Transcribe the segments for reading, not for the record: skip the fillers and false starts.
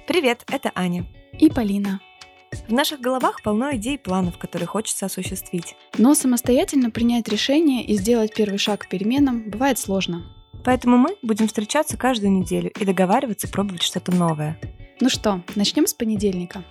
Привет, это Аня. И Полина. В наших головах полно идей и планов, которые хочется осуществить. Но самостоятельно принять решение и сделать первый шаг к переменам бывает сложно. Поэтому мы будем встречаться каждую неделю и договариваться пробовать что-то новое. Ну что, начнем с понедельника.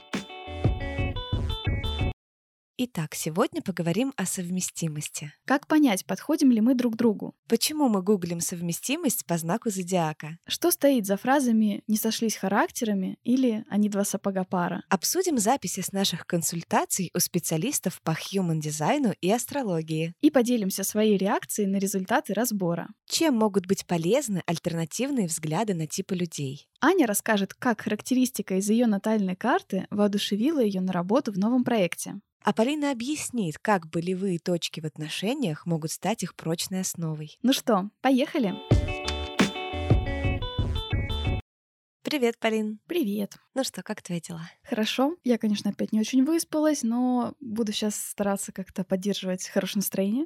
Итак, сегодня поговорим о совместимости. Как понять, подходим ли мы друг другу? Почему мы гуглим совместимость по знаку зодиака? Что стоит за фразами «не сошлись характерами» или «они два сапога пара»? Обсудим записи с наших консультаций у специалистов по хьюман-дизайну и астрологии. И поделимся своей реакцией на результаты разбора. Чем могут быть полезны альтернативные взгляды на типы людей? Аня расскажет, как характеристика из ее натальной карты воодушевила ее на работу в новом проекте. А Полина объяснит, как болевые точки в отношениях могут стать их прочной основой. Ну что, поехали? Привет, Полин. Привет. Ну что, как твои дела? Хорошо. Я, конечно, опять не очень выспалась, но буду сейчас стараться как-то поддерживать хорошее настроение.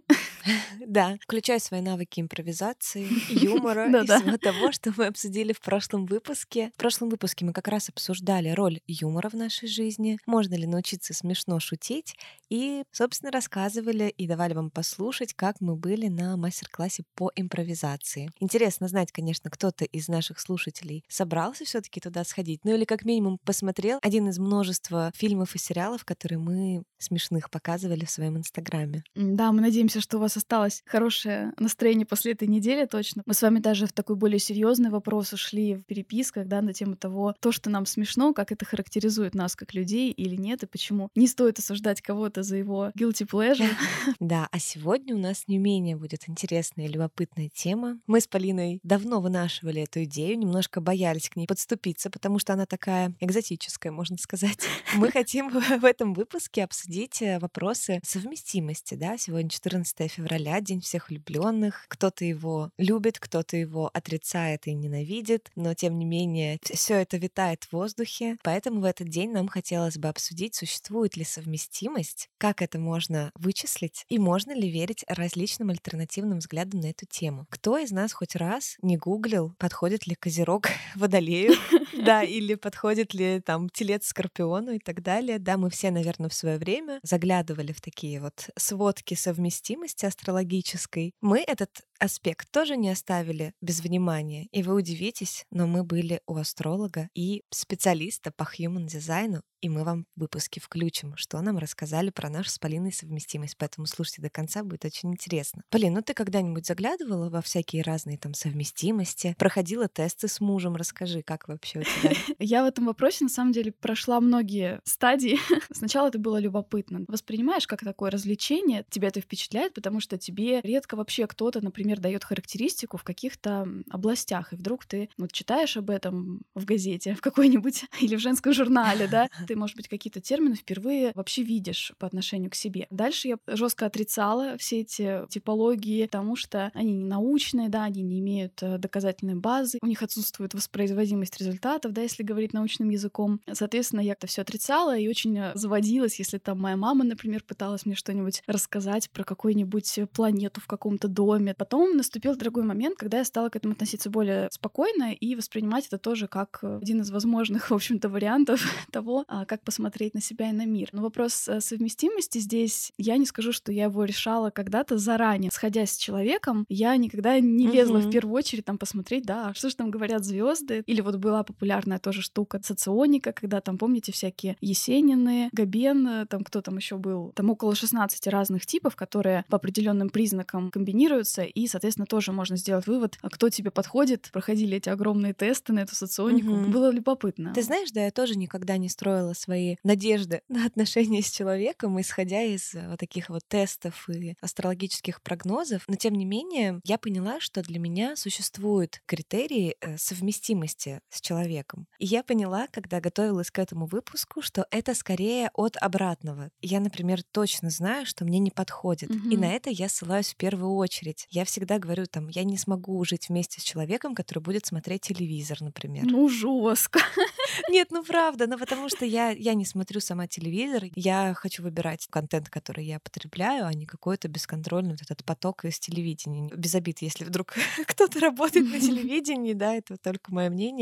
Да, включай свои навыки импровизации, юмора и Да-да. всего того, что мы обсудили в прошлом выпуске. В прошлом выпуске мы как раз обсуждали роль юмора в нашей жизни, можно ли научиться смешно шутить, и, собственно, рассказывали и давали вам послушать, как мы были на мастер-классе по импровизации. Интересно знать, конечно, кто-то из наших слушателей собрался все-таки туда сходить, ну или как минимум посмотрел один из множества фильмов и сериалов, которые мы смешных показывали в своем инстаграме. Да, мы надеемся, что у вас осталось хорошее настроение после этой недели, точно. Мы с вами даже в такой более серьезный вопрос ушли в переписках, да, на тему того, то, что нам смешно, как это характеризует нас как людей или нет, и почему не стоит осуждать кого-то за его guilty pleasure. Да, а сегодня у нас не менее будет интересная и любопытная тема. Мы с Полиной давно вынашивали эту идею, немножко боялись к ней подступиться, потому что она такая экзотическая, можно сказать. Мы хотим в этом выпуске обсудить вопросы совместимости, да, сегодня 14 февраля, День всех влюбленных. Кто-то его любит, кто-то его отрицает и ненавидит, но тем не менее все это витает в воздухе. Поэтому в этот день нам хотелось бы обсудить, существует ли совместимость, как это можно вычислить и можно ли верить различным альтернативным взглядам на эту тему. Кто из нас хоть раз не гуглил, подходит ли Козерог Водолею, да, или подходит ли там Телец Скорпиону и так далее. Да, мы все, наверное, в свое время заглядывали в такие вот сводки совместимости астрологической. Мы этот аспект тоже не оставили без внимания. И вы удивитесь, но мы были у астролога и специалиста по хьюман-дизайну, и мы вам в выпуске включим, что нам рассказали про нашу с Полиной совместимость. Поэтому слушайте до конца, будет очень интересно. Полин, ну ты когда-нибудь заглядывала во всякие разные там совместимости? Проходила тесты с мужем? Расскажи, как вообще у тебя? Я в этом вопросе, на самом деле, прошла многие стадии. Сначала это было любопытно. Воспринимаешь как такое развлечение, тебя это впечатляет, потому что тебе редко вообще кто-то, например, дает характеристику в каких-то областях, и вдруг ты вот читаешь об этом в газете, в какой-нибудь или в женском журнале, да, ты, может быть, какие-то термины впервые вообще видишь по отношению к себе. Дальше я жестко отрицала все эти типологии, потому что они не научные, да, они не имеют доказательной базы, у них отсутствует воспроизводимость результатов, да, если говорить научным языком. Соответственно, я это все отрицала и очень заводилась, если там моя мама, например, пыталась мне что-нибудь рассказать про какую-нибудь планету в каком-то доме. Потом наступил другой момент, когда я стала к этому относиться более спокойно и воспринимать это тоже как один из возможных, в общем-то, вариантов того, как посмотреть на себя и на мир. Но вопрос совместимости здесь, я не скажу, что я его решала когда-то заранее. Сходя с человеком, я никогда не лезла в первую очередь там посмотреть, да, что же там говорят звезды. Или вот была популярная тоже штука соционика, когда там, помните, всякие Есенины, Габен, там кто там еще был, там около 16 разных типов, которые по определенным признакам комбинируются, и, соответственно, тоже можно сделать вывод, кто тебе подходит. Проходили эти огромные тесты на эту соционику. Было любопытно. Ты знаешь, да, я тоже никогда не строила свои надежды на отношения с человеком, исходя из вот таких вот тестов и астрологических прогнозов. Но, тем не менее, я поняла, что для меня существуют критерии совместимости с человеком. И я поняла, когда готовилась к этому выпуску, что это скорее от обратного. Я, например, точно знаю, что мне не подходит. И на это я ссылаюсь в первую очередь. Я всегда говорю, там, я не смогу жить вместе с человеком, который будет смотреть телевизор, например. Ну, жестко. Нет, ну правда, ну потому что я не смотрю сама телевизор, я хочу выбирать контент, который я потребляю, а не какой-то бесконтрольный вот этот поток из телевидения. Без обид, если вдруг кто-то работает на телевидении, да, это только мое мнение. Я бы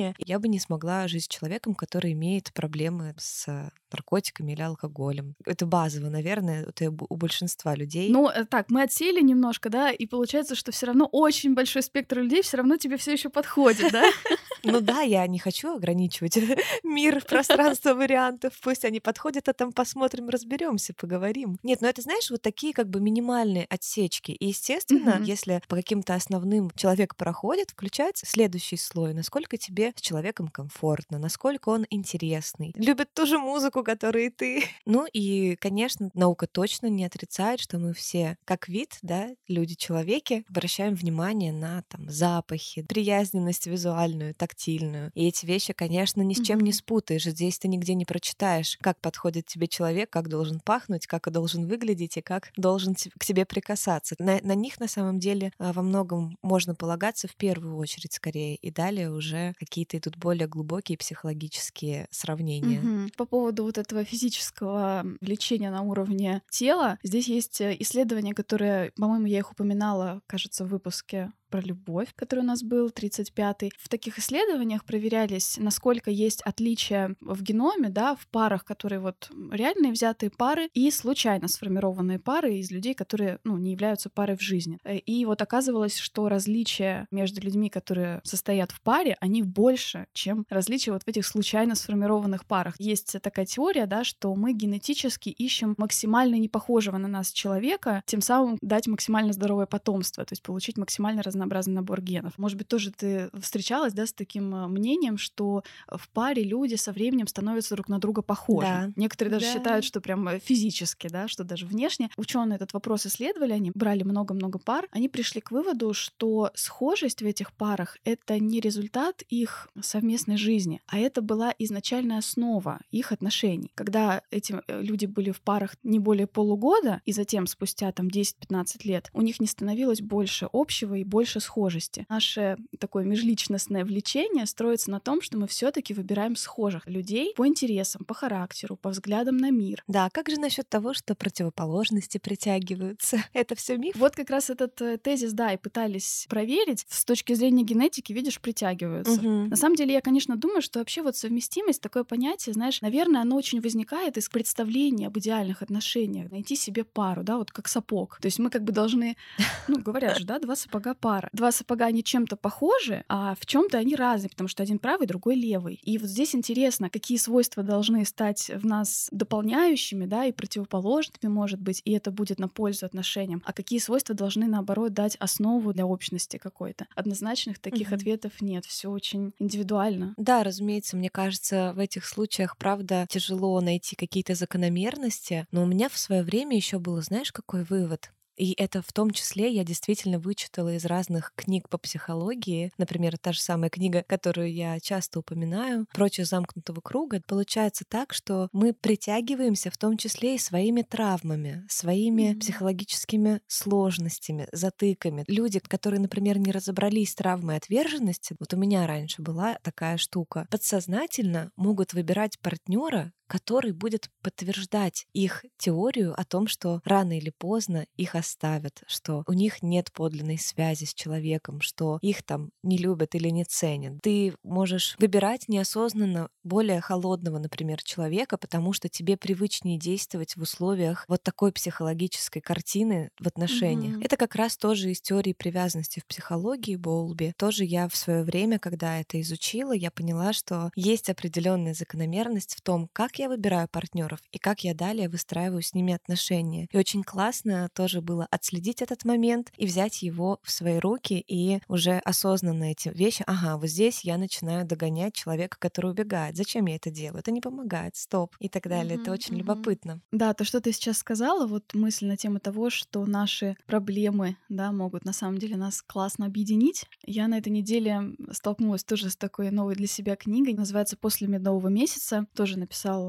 не смогла жить с человеком, который имеет проблемы с наркотиками или алкоголем. Это базово, наверное, это у большинства людей. Ну, так, мы отсеяли немножко, да, и получается, что все равно очень большой спектр людей все равно тебе все еще подходит, да? Ну да, я не хочу ограничивать мир, пространство вариантов. Пусть они подходят, а там посмотрим, разберемся, поговорим. Нет, ну это, знаешь, вот такие как бы минимальные отсечки. И, естественно, Мгм. если по каким-то основным человек проходит, включается следующий слой. Насколько тебе с человеком комфортно, насколько он интересный, любит ту же музыку, которую и ты. Ну и, конечно, наука точно не отрицает, что мы все, как вид, да, люди-человеки, обращаем внимание на там запахи, приязненность визуальную, тактильную. И эти вещи, конечно, ни с чем не Мгм. спутаешь. Здесь ты нигде не прочитаешь, как подходит тебе человек, как должен пахнуть, как он должен выглядеть и как должен к тебе прикасаться. На них, на самом деле, во многом можно полагаться в первую очередь скорее. И далее уже какие-то идут более глубокие психологические сравнения. Мгм. По поводу вот этого физического влечения на уровне тела, здесь есть исследования, которые, по-моему, я их упоминала, кажется, в выпуске про любовь, который у нас был, 35-й. В таких исследованиях проверялись, насколько есть отличия в геноме, да, в парах, которые вот реальные взятые пары и случайно сформированные пары из людей, которые, ну, не являются парой в жизни. И вот оказывалось, что различия между людьми, которые состоят в паре, они больше, чем различия вот в этих случайно сформированных парах. Есть такая теория, да, что мы генетически ищем максимально непохожего на нас человека, тем самым дать максимально здоровое потомство, то есть получить максимально разнообразный набор генов. Может быть, тоже ты встречалась, да, с таким мнением, что в паре люди со временем становятся друг на друга похожи. Да, Некоторые даже да. считают, что прям физически, да, что даже внешне. Ученые этот вопрос исследовали, они брали много-много пар, они пришли к выводу, что схожесть в этих парах — это не результат их совместной жизни, а это была изначальная основа их отношений. Когда эти люди были в парах не более полугода, и затем спустя там 10-15 лет у них не становилось больше общего и больше схожести. Наше такое межличностное влечение строится на том, что мы все-таки выбираем схожих людей по интересам, по характеру, по взглядам на мир. Да, как же насчет того, что противоположности притягиваются? Это все миф? Вот как раз этот тезис, да, и пытались проверить. С точки зрения генетики, видишь, притягиваются. Мгм. На самом деле, я, конечно, думаю, что вообще вот совместимость, такое понятие, знаешь, наверное, оно очень возникает из представления об идеальных отношениях. Найти себе пару, да, вот как сапог. То есть мы как бы должны, ну, говорят же, да, два сапога пара. Два сапога, они чем-то похожи, а в чем то они разные, потому что один правый, другой левый. И вот здесь интересно, какие свойства должны стать в нас дополняющими, да, и противоположными, может быть, и это будет на пользу отношениям, а какие свойства должны, наоборот, дать основу для общности какой-то. Однозначных таких Мгм. ответов нет, все очень индивидуально. Да, разумеется, мне кажется, в этих случаях, правда, тяжело найти какие-то закономерности, но у меня в свое время еще было, знаешь, какой вывод? И это в том числе я действительно вычитала из разных книг по психологии. Например, та же самая книга, которую я часто упоминаю, «Против замкнутого круга». Получается так, что мы притягиваемся в том числе и своими травмами, своими Мгм. психологическими сложностями, затыками. Люди, которые, например, не разобрались с травмой отверженности, вот у меня раньше была такая штука, подсознательно могут выбирать партнера, который будет подтверждать их теорию о том, что рано или поздно их оставят, что у них нет подлинной связи с человеком, что их там не любят или не ценят. Ты можешь выбирать неосознанно более холодного, например, человека, потому что тебе привычнее действовать в условиях вот такой психологической картины в отношениях. Мгм. Это как раз тоже из теории привязанности в психологии Боулби. Тоже я в свое время, когда это изучила, я поняла, что есть определенная закономерность в том, как я выбираю партнеров и как я далее выстраиваю с ними отношения. И очень классно тоже было отследить этот момент и взять его в свои руки и уже осознанно эти вещи. Ага, вот здесь я начинаю догонять человека, который убегает. Зачем я это делаю? Это не помогает. Стоп. И так далее. Это Мгм. очень Мгм. любопытно. Да, то, что ты сейчас сказала, вот мысль на тему того, что наши проблемы, да, могут на самом деле нас классно объединить. Я на этой неделе столкнулась тоже с такой новой для себя книгой, называется «После медового месяца». Тоже написал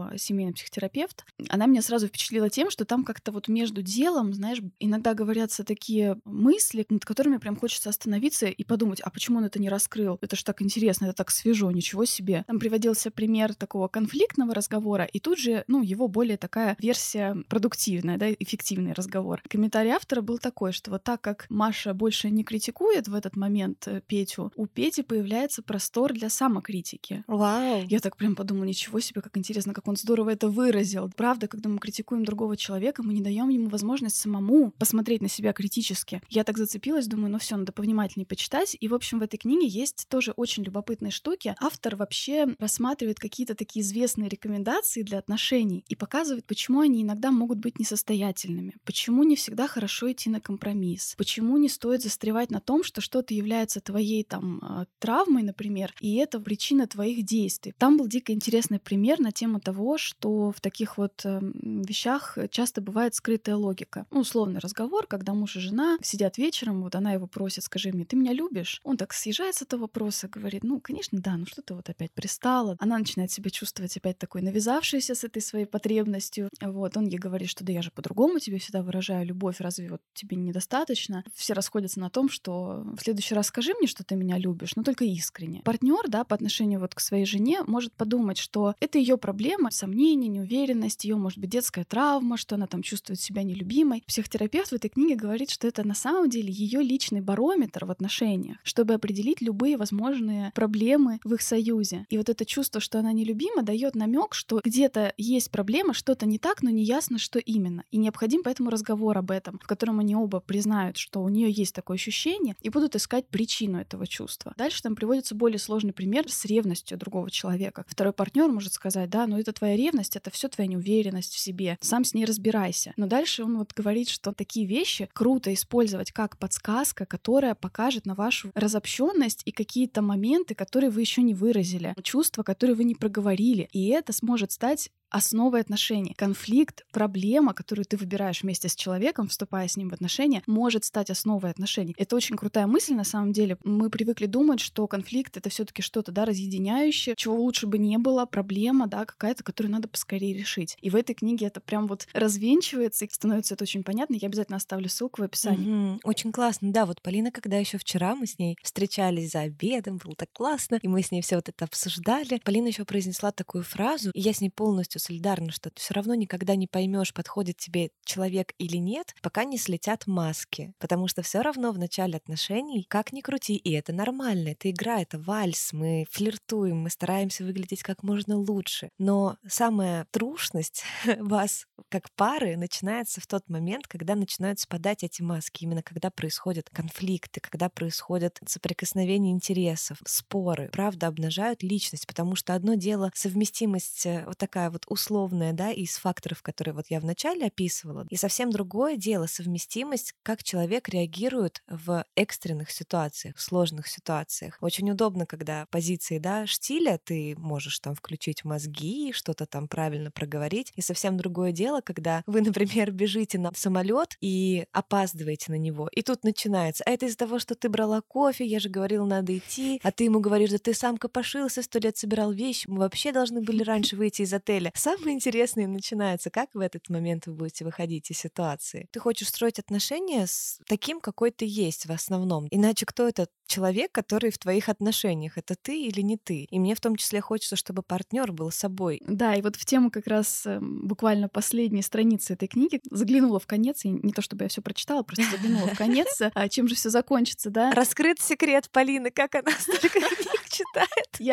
ее семейный психотерапевт. Она меня сразу впечатлила тем, что там как-то вот между делом, знаешь, иногда говорятся такие мысли, над которыми прям хочется остановиться и подумать, а почему он это не раскрыл? Это ж так интересно, это так свежо, ничего себе. Там приводился пример такого конфликтного разговора, и тут же, его более такая версия продуктивная, да, эффективный разговор. Комментарий автора был такой, что вот так как Маша больше не критикует в этот момент Петю, у Пети появляется простор для самокритики. Вау! Я так прям подумала, ничего себе, как интересно, как он здорово это выразил. Правда, когда мы критикуем другого человека, мы не даем ему возможность самому посмотреть на себя критически. Я так зацепилась, думаю, все, надо повнимательнее почитать. И, в общем, в этой книге есть тоже очень любопытные штуки. Автор вообще рассматривает какие-то такие известные рекомендации для отношений и показывает, почему они иногда могут быть несостоятельными, почему не всегда хорошо идти на компромисс, почему не стоит застревать на том, что что-то является твоей травмой, например, и это причина твоих действий. Там был дико интересный пример на тему того, что в таких вот вещах часто бывает скрытая логика. Условный разговор, когда муж и жена сидят вечером, вот она его просит: скажи мне, ты меня любишь? Он так съезжает с этого вопроса, говорит: конечно, да, что ты вот опять пристала. Она начинает себя чувствовать опять такой навязавшейся с этой своей потребностью. Вот, он ей говорит, что да я же по-другому тебе всегда выражаю любовь, разве вот тебе недостаточно? Все расходятся на том, что в следующий раз скажи мне, что ты меня любишь, но только искренне. Партнер, да, по отношению вот к своей жене может подумать, что это ее проблема, сомнения, неуверенность, ее, может быть, детская травма, что она там чувствует себя нелюбимой. Психотерапевт в этой книге говорит, что это на самом деле ее личный барометр в отношениях, чтобы определить любые возможные проблемы в их союзе. И вот это чувство, что она нелюбима, дает намек, что где-то есть проблема, что-то не так, но не ясно, что именно. И необходим поэтому разговор об этом, в котором они оба признают, что у нее есть такое ощущение, и будут искать причину этого чувства. Дальше там приводится более сложный пример с ревностью другого человека. Второй партнер может сказать: да, это твоя ревность, это все твоя неуверенность в себе, сам с ней разбирайся. Но дальше он вот говорит, что такие вещи круто использовать как подсказка, которая покажет на вашу разобщенность и какие-то моменты, которые вы еще не выразили, чувства, которые вы не проговорили. И это сможет стать основой отношений. Конфликт, проблема, которую ты выбираешь вместе с человеком, вступая с ним в отношения, может стать основой отношений. Это очень крутая мысль, на самом деле. Мы привыкли думать, что конфликт — это все-таки что-то, да, разъединяющее, чего лучше бы не было, проблема, да, какая-то, которую надо поскорее решить. И в этой книге это прям вот развенчивается, и становится это очень понятно. Я обязательно оставлю ссылку в описании. Очень классно. Да, вот Полина, когда еще вчера мы с ней встречались за обедом, было так классно, и мы с ней все вот это обсуждали. Полина еще произнесла такую фразу, и я с ней полностью солидарна, что ты все равно никогда не поймешь, подходит тебе человек или нет, пока не слетят маски. Потому что все равно в начале отношений, как ни крути, и это нормально, это игра, это вальс, мы флиртуем, мы стараемся выглядеть как можно лучше. Но самая трушность вас как пары начинается в тот момент, когда начинают спадать эти маски, именно когда происходят конфликты, когда происходят соприкосновения интересов, споры, правда, обнажают личность, потому что одно дело совместимость вот такая вот условная, да, из факторов, которые вот я вначале описывала, и совсем другое дело совместимость, как человек реагирует в экстренных ситуациях, в сложных ситуациях. Очень удобно, когда позиции, да, штиля, ты можешь там включить мозги, что-то там правильно проговорить, и совсем другое дело, когда вы, например, бежите на самолет и опаздываете на него, и тут начинается: а это из-за того, что ты брала кофе, я же говорила, надо идти, а ты ему говоришь: да ты сам копошился, 100 лет собирал вещи, мы вообще должны были раньше выйти из отеля. Самое интересное начинается, как в этот момент вы будете выходить из ситуации. Ты хочешь строить отношения с таким, какой ты есть в основном. Иначе кто этот человек, который в твоих отношениях? Это ты или не ты? И мне в том числе хочется, чтобы партнер был собой. Да, и вот в тему как раз буквально последней страницы этой книги заглянула в конец, и не то чтобы я все прочитала, просто заглянула в конец, чем же все закончится, да? Раскрыт секрет Полины, как она столько книг читает.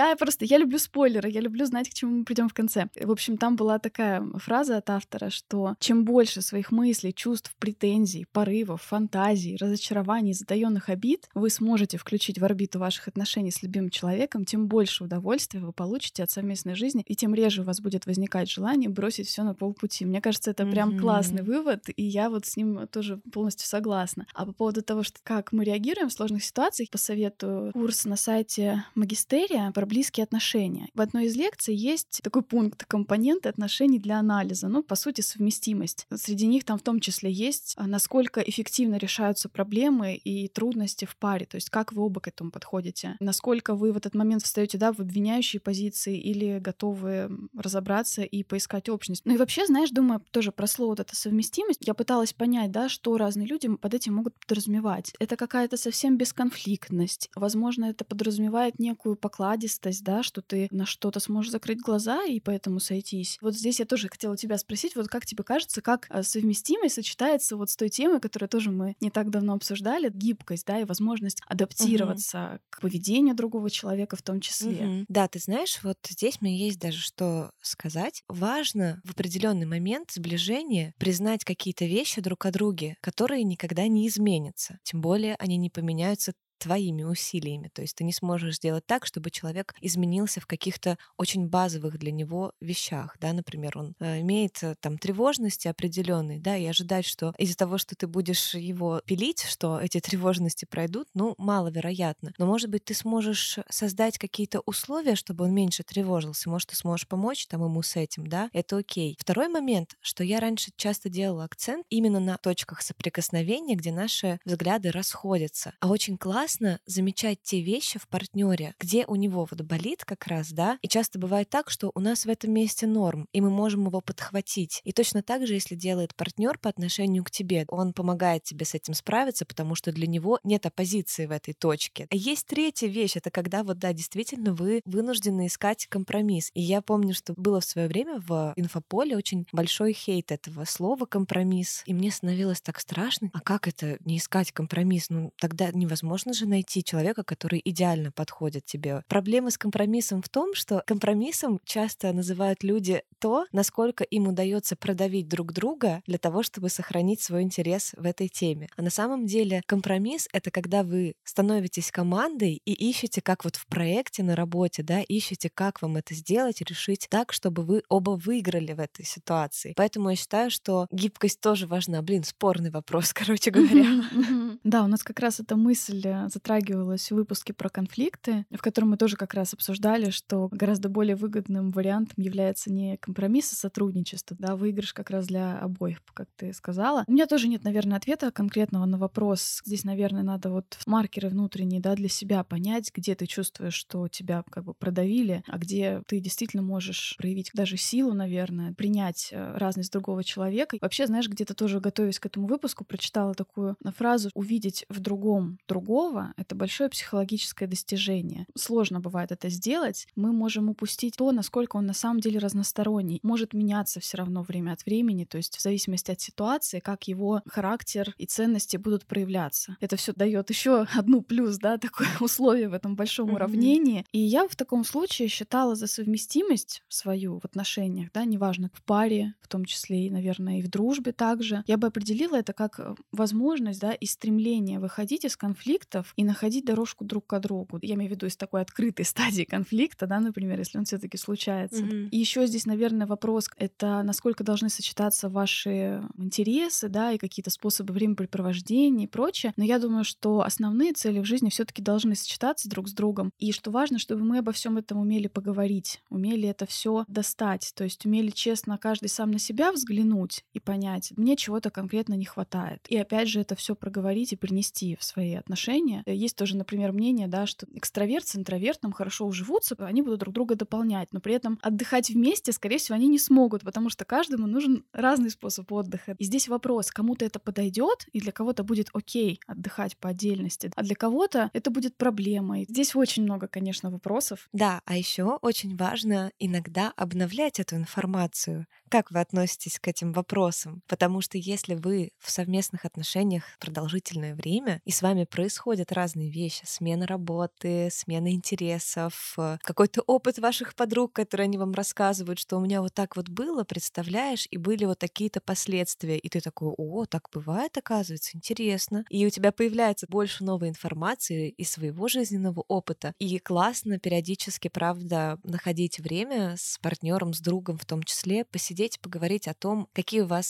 Я люблю спойлеры, я люблю знать, к чему мы придем в конце. В общем, там была такая фраза от автора, что чем больше своих мыслей, чувств, претензий, порывов, фантазий, разочарований, затаённых обид вы сможете включить в орбиту ваших отношений с любимым человеком, тем больше удовольствия вы получите от совместной жизни, и тем реже у вас будет возникать желание бросить все на полпути. Мне кажется, это прям классный вывод, и я вот с ним тоже полностью согласна. А по поводу того, что как мы реагируем в сложных ситуациях, посоветую курс на сайте Магистерия про близкие отношения. В одной из лекций есть такой пункт: компоненты отношений для анализа. По сути, совместимость. Среди них там в том числе есть, насколько эффективно решаются проблемы и трудности в паре. То есть как вы вы оба к этому подходите. Насколько вы в этот момент встаете, да, в обвиняющие позиции или готовы разобраться и поискать общность. Ну и вообще, знаешь, думаю тоже про слово вот эта совместимость. Я пыталась понять, да, что разные люди под этим могут подразумевать. Это какая-то совсем бесконфликтность. Возможно, это подразумевает некую покладистость, да, что ты на что-то сможешь закрыть глаза и поэтому сойтись. Вот здесь я тоже хотела тебя спросить, вот как тебе кажется, как совместимость сочетается вот с той темой, которую тоже мы не так давно обсуждали, гибкость, да, и возможность адаптироваться к поведению другого человека в том числе. Да, ты знаешь, вот здесь мне есть даже что сказать. Важно в определенный момент сближения признать какие-то вещи друг о друге, которые никогда не изменятся. Тем более они не поменяются твоими усилиями. То есть ты не сможешь сделать так, чтобы человек изменился в каких-то очень базовых для него вещах. Да? Например, он имеет там тревожности определенные, да, и ожидать, что из-за того, что ты будешь его пилить, что эти тревожности пройдут, ну, маловероятно. Но, может быть, ты сможешь создать какие-то условия, чтобы он меньше тревожился. Может, ты сможешь помочь там ему с этим, да, это окей. Второй момент, что я раньше часто делала акцент именно на точках соприкосновения, где наши взгляды расходятся. А очень классно замечать те вещи в партнере, где у него вот болит как раз, да, и часто бывает так, что у нас в этом месте норм, и мы можем его подхватить. И точно так же, если делает партнер по отношению к тебе, он помогает тебе с этим справиться, потому что для него нет оппозиции в этой точке. А есть третья вещь, это когда вот, да, действительно вы вынуждены искать компромисс. И я помню, что было в свое время в инфополе очень большой хейт этого слова компромисс. И мне становилось так страшно. А как это не искать компромисс? Ну, тогда невозможно же найти человека, который идеально подходит тебе. Проблема с компромиссом в том, что компромиссом часто называют люди то, насколько им удается продавить друг друга для того, чтобы сохранить свой интерес в этой теме. А на самом деле компромисс — это когда вы становитесь командой и ищете, как вот в проекте на работе, да, ищете, как вам это сделать, решить так, чтобы вы оба выиграли в этой ситуации. Поэтому я считаю, что гибкость тоже важна. Блин, спорный вопрос, короче говоря. Да, у нас как раз эта мысль затрагивалась в выпуске про конфликты, в котором мы тоже как раз обсуждали, что гораздо более выгодным вариантом является не компромисс, а сотрудничество, да, выигрыш как раз для обоих, как ты сказала. У меня тоже нет, наверное, ответа конкретного на вопрос. Здесь, наверное, надо вот маркеры внутренние, да, для себя понять, где ты чувствуешь, что тебя как бы продавили, а где ты действительно можешь проявить даже силу, наверное, принять разность другого человека. Вообще, знаешь, где-то тоже, готовясь к этому выпуску, прочитала такую фразу: увидеть в другом другого — это большое психологическое достижение. Сложно бывает это сделать. Мы можем упустить то, насколько он на самом деле разносторонний. Может меняться все равно время от времени, то есть в зависимости от ситуации, как его характер и ценности будут проявляться. Это все дает еще одну плюс, да, такое условие в этом большом уравнении. И я в таком случае считала за совместимость свою в отношениях, да, неважно, в паре, в том числе и, наверное, и в дружбе также, я бы определила это как возможность, да, и стремление выходить из конфликтов и находить дорожку друг к другу. Я имею в виду из такой открытой стадии конфликта, да, например, если он все-таки случается. И еще здесь, наверное, вопрос — это насколько должны сочетаться ваши интересы, да, и какие-то способы времяпрепровождения и прочее. Но я думаю, что основные цели в жизни все-таки должны сочетаться друг с другом. И что важно, чтобы мы обо всем этом умели поговорить, умели это все достать, то есть умели честно каждый сам на себя взглянуть и понять, мне чего-то конкретно не хватает. И опять же это все проговорить и принести в свои отношения. Есть тоже, например, мнение, да, что экстраверт с интровертом хорошо уживутся, они будут друг друга дополнять, но при этом отдыхать вместе, скорее всего, они не смогут, потому что каждому нужен разный способ отдыха. И здесь вопрос: кому-то это подойдет, и для кого-то будет окей отдыхать по отдельности, а для кого-то это будет проблемой. Здесь очень много, конечно, вопросов. Да, а еще очень важно иногда обновлять эту информацию. Как вы относитесь к этим вопросам? Потому что если вы в совместных отношениях продолжительное время, и с вами происходят разные вещи, смена работы, смена интересов, какой-то опыт ваших подруг, которые они вам рассказывают, что у меня вот так вот было, представляешь, и были вот такие-то последствия. И ты такой: о, так бывает, оказывается, интересно. И у тебя появляется больше новой информации из своего жизненного опыта. И классно периодически, правда, находить время с партнером, с другом в том числе, посидеть, поговорить о том, какие у вас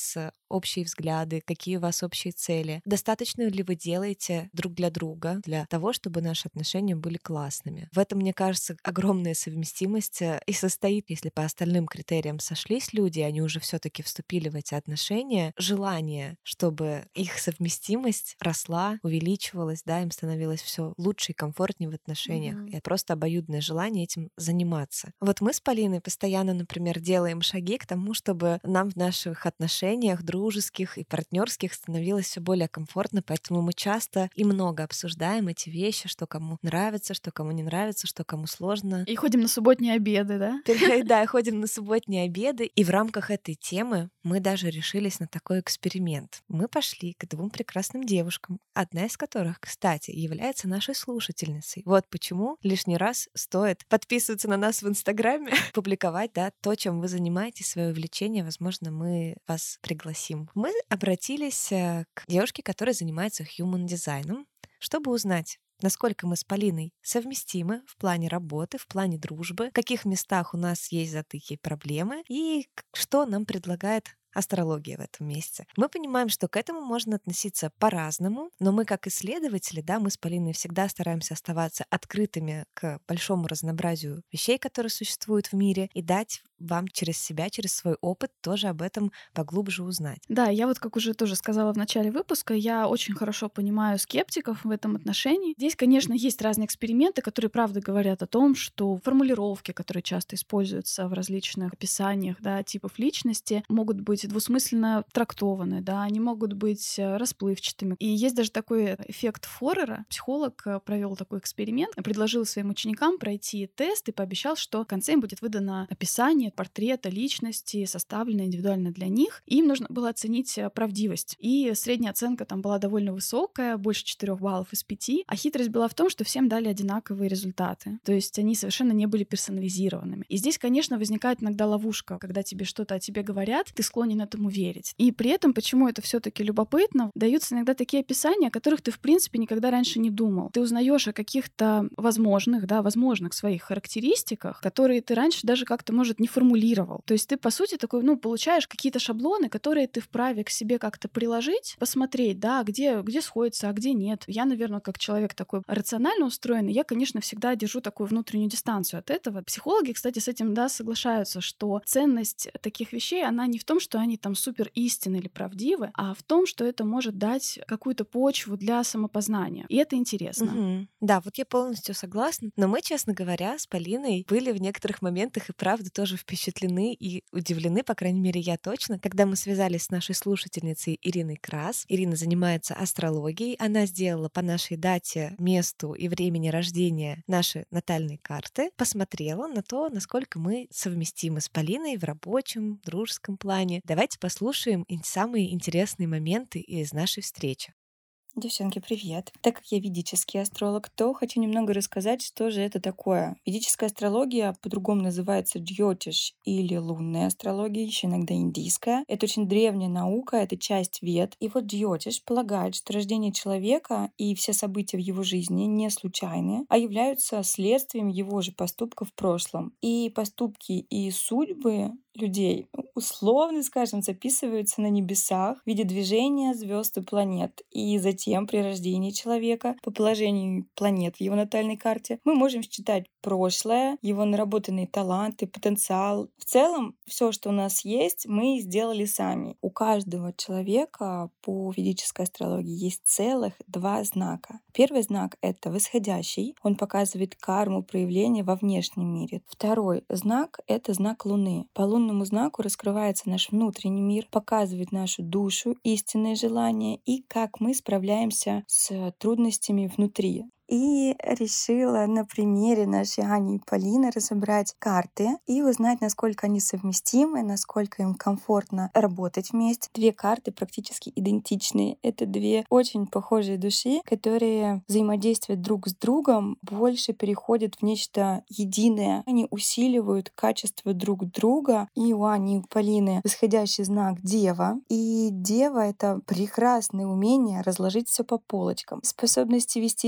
общие взгляды, какие у вас общие цели, достаточно ли вы делаете друг для друга для того, чтобы наши отношения были классными. В этом, мне кажется, огромная совместимость и состоит, если по остальным критериям сошлись люди, они уже все-таки вступили в эти отношения, желание, чтобы их совместимость росла, увеличивалась, да, им становилось все лучше и комфортнее в отношениях. И просто обоюдное желание этим заниматься. Вот мы с Полиной постоянно, например, делаем шаги к тому, чтобы нам в наших отношениях, дружеских и партнерских, становилось все более комфортно, поэтому мы часто и много обсуждаем эти вещи, что кому нравится, что кому не нравится, что кому сложно. И ходим на субботние обеды, да? Да, ходим на субботние обеды. И в рамках этой темы мы даже решились на такой эксперимент. Мы пошли к двум прекрасным девушкам, одна из которых, кстати, является нашей слушательницей. Вот почему лишний раз стоит подписываться на нас в Инстаграме, публиковать, да, то, чем вы занимаетесь, свое увлечение. Возможно, мы вас пригласим. Мы обратились к девушке, которая занимается human дизайном, чтобы узнать, насколько мы с Полиной совместимы в плане работы, в плане дружбы, в каких местах у нас есть затыки и проблемы, и что нам предлагает астрология в этом месте. Мы понимаем, что к этому можно относиться по-разному, но мы как исследователи, да, мы с Полиной всегда стараемся оставаться открытыми к большому разнообразию вещей, которые существуют в мире, и дать вам через себя, через свой опыт тоже об этом поглубже узнать. Да, я вот, как уже тоже сказала в начале выпуска, я очень хорошо понимаю скептиков в этом отношении. Здесь, конечно, есть разные эксперименты, которые, правда, говорят о том, что формулировки, которые часто используются в различных описаниях, да, типов личности, могут быть двусмысленно трактованы, да, они могут быть расплывчатыми. И есть даже такой эффект Форера. Психолог провел такой эксперимент, предложил своим ученикам пройти тест и пообещал, что в конце им будет выдано описание портрета личности, составленное индивидуально для них. И им нужно было оценить правдивость. И средняя оценка там была довольно высокая, больше 4 баллов из 5. А хитрость была в том, что всем дали одинаковые результаты. То есть они совершенно не были персонализированными. И здесь, конечно, возникает иногда ловушка, когда тебе что-то о тебе говорят, ты склонен этому верить. И при этом, почему это все-таки любопытно, даются иногда такие описания, о которых ты, в принципе, никогда раньше не думал. Ты узнаешь о каких-то возможных своих характеристиках, которые ты раньше даже как-то, может, не формулировал. То есть ты, по сути, такой, получаешь какие-то шаблоны, которые ты вправе к себе как-то приложить, посмотреть, да, где сходится, а где нет. Я, наверное, как человек такой рационально устроенный, я, конечно, всегда держу такую внутреннюю дистанцию от этого. Психологи, кстати, с этим, да, соглашаются, что ценность таких вещей, она не в том, что они там супер истинны или правдивы, а в том, что это может дать какую-то почву для самопознания. И это интересно. Угу. Да, вот я полностью согласна. Но мы, честно говоря, с Полиной были в некоторых моментах и правда тоже впечатлены и удивлены, по крайней мере, я точно, когда мы связались с нашей слушательницей Ириной Крас. Ирина занимается астрологией. Она сделала по нашей дате, месту и времени рождения наши натальные карты, посмотрела на то, насколько мы совместимы с Полиной в рабочем, дружеском плане. Давайте послушаем самые интересные моменты из нашей встречи. Девчонки, привет! Так как я ведический астролог, то хочу немного рассказать, что же это такое. Ведическая астрология по-другому называется джьотиш или лунная астрология, еще иногда индийская. Это очень древняя наука, это часть вед. И вот джьотиш полагает, что рождение человека и все события в его жизни не случайны, а являются следствием его же поступков в прошлом. И поступки и судьбы людей, условно скажем, записываются на небесах в виде движения звезд и планет. И затем при рождении человека по положению планет в его натальной карте мы можем считать прошлое, его наработанные таланты, потенциал. В целом, все, что у нас есть, мы сделали сами. У каждого человека по ведической астрологии есть целых 2 знака. Первый знак — это восходящий. Он показывает карму проявления во внешнем мире. Второй знак — это знак Луны. По лунному знаку раскрывается наш внутренний мир, показывает нашу душу, истинные желания и как мы справляемся с трудностями внутри. И решила на примере нашей Ани и Полины разобрать карты и узнать, насколько они совместимы, насколько им комфортно работать вместе. 2 карты практически идентичные. Это 2 очень похожие души, которые взаимодействуют друг с другом, больше переходят в нечто единое. Они усиливают качество друг друга. И у Ани, и у Полины восходящий знак Дева. И Дева — это прекрасное умение разложить все по полочкам, способность вести всему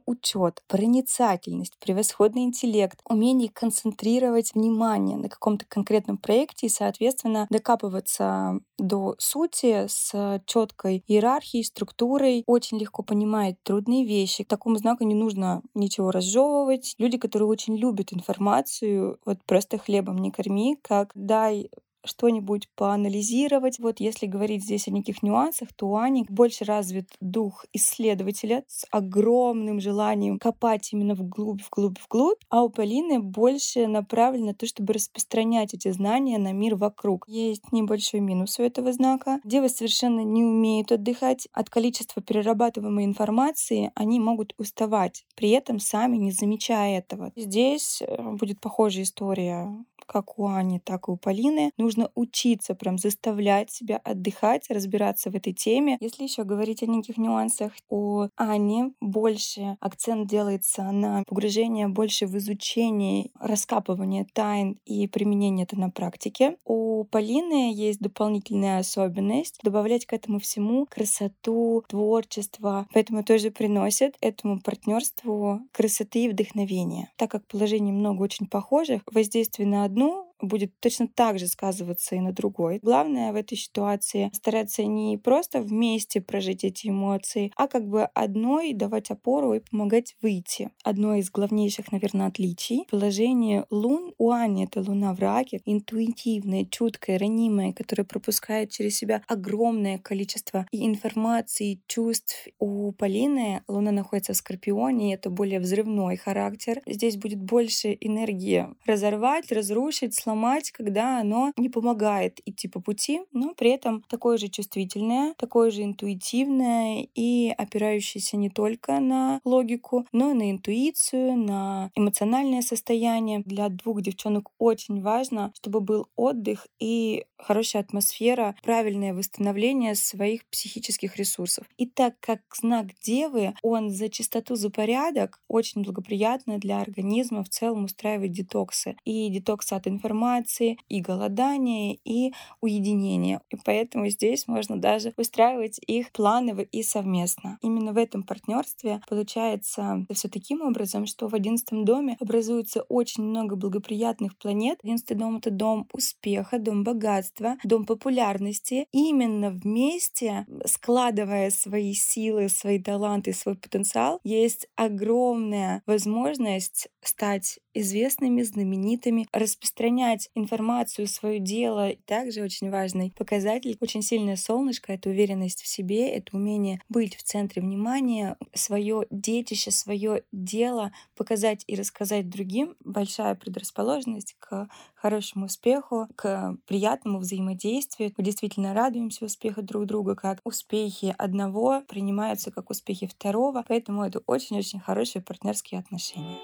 самоучет, проницательность, превосходный интеллект, умение концентрировать внимание на каком-то конкретном проекте и, соответственно, докапываться до сути с четкой иерархией, структурой, очень легко понимает трудные вещи. Такому знаку не нужно ничего разжевывать. Люди, которые очень любят информацию, вот просто хлебом не корми, как дай что-нибудь поанализировать. Вот если говорить здесь о неких нюансах, то у Ани больше развит дух исследователя с огромным желанием копать именно вглубь, вглубь, вглубь, а у Полины больше направлено на то, чтобы распространять эти знания на мир вокруг. Есть небольшой минус у этого знака. Девы совершенно не умеют отдыхать. От количества перерабатываемой информации они могут уставать, при этом сами не замечая этого. Здесь будет похожая история как у Ани, так и у Полины. Нужно учиться прям заставлять себя отдыхать, разбираться в этой теме. Если еще говорить о неких нюансах, у Ани больше акцент делается на погружение больше в изучение, раскапывание тайн и применение это на практике. У Полины есть дополнительная особенность добавлять к этому всему красоту, творчество. Поэтому тоже приносит этому партнерству красоты и вдохновения. Так как положений много очень похожих, воздействие на одну будет точно так же сказываться и на другой. Главное в этой ситуации стараться не просто вместе прожить эти эмоции, а как бы одной давать опору и помогать выйти. Одно из главнейших, наверное, отличий — положение лун. У Ани это луна в раке, интуитивная, чуткая, ранимая, которая пропускает через себя огромное количество и информации, и чувств. У Полины луна находится в Скорпионе, и это более взрывной характер. Здесь будет больше энергии разорвать, разрушить, сломать, когда оно не помогает идти по пути, но при этом такое же чувствительное, такое же интуитивное и опирающееся не только на логику, но и на интуицию, на эмоциональное состояние. Для двух девчонок очень важно, чтобы был отдых и хорошая атмосфера, правильное восстановление своих психических ресурсов. И так как знак Девы, он за чистоту, за порядок, очень благоприятно для организма в целом устраивать детоксы. И детоксы от информации, и голодания, и уединения. И поэтому здесь можно даже устраивать их планово и совместно. Именно в этом партнерстве получается все таким образом, что в 11 доме образуется очень много благоприятных планет. 11 дом — это дом успеха, дом богатства, дом популярности. И именно вместе, складывая свои силы, свои таланты, свой потенциал, есть огромная возможность стать известными, знаменитыми, распространять информацию, свое дело. Также очень важный показатель, очень сильное солнышко — это уверенность в себе, это умение быть в центре внимания, свое детище, свое дело показать и рассказать другим. Большая предрасположенность к хорошему успеху, к приятному взаимодействию. Мы действительно радуемся успеху друг друга, как успехи одного принимаются как успехи второго. Поэтому это очень-очень хорошие партнерские отношения.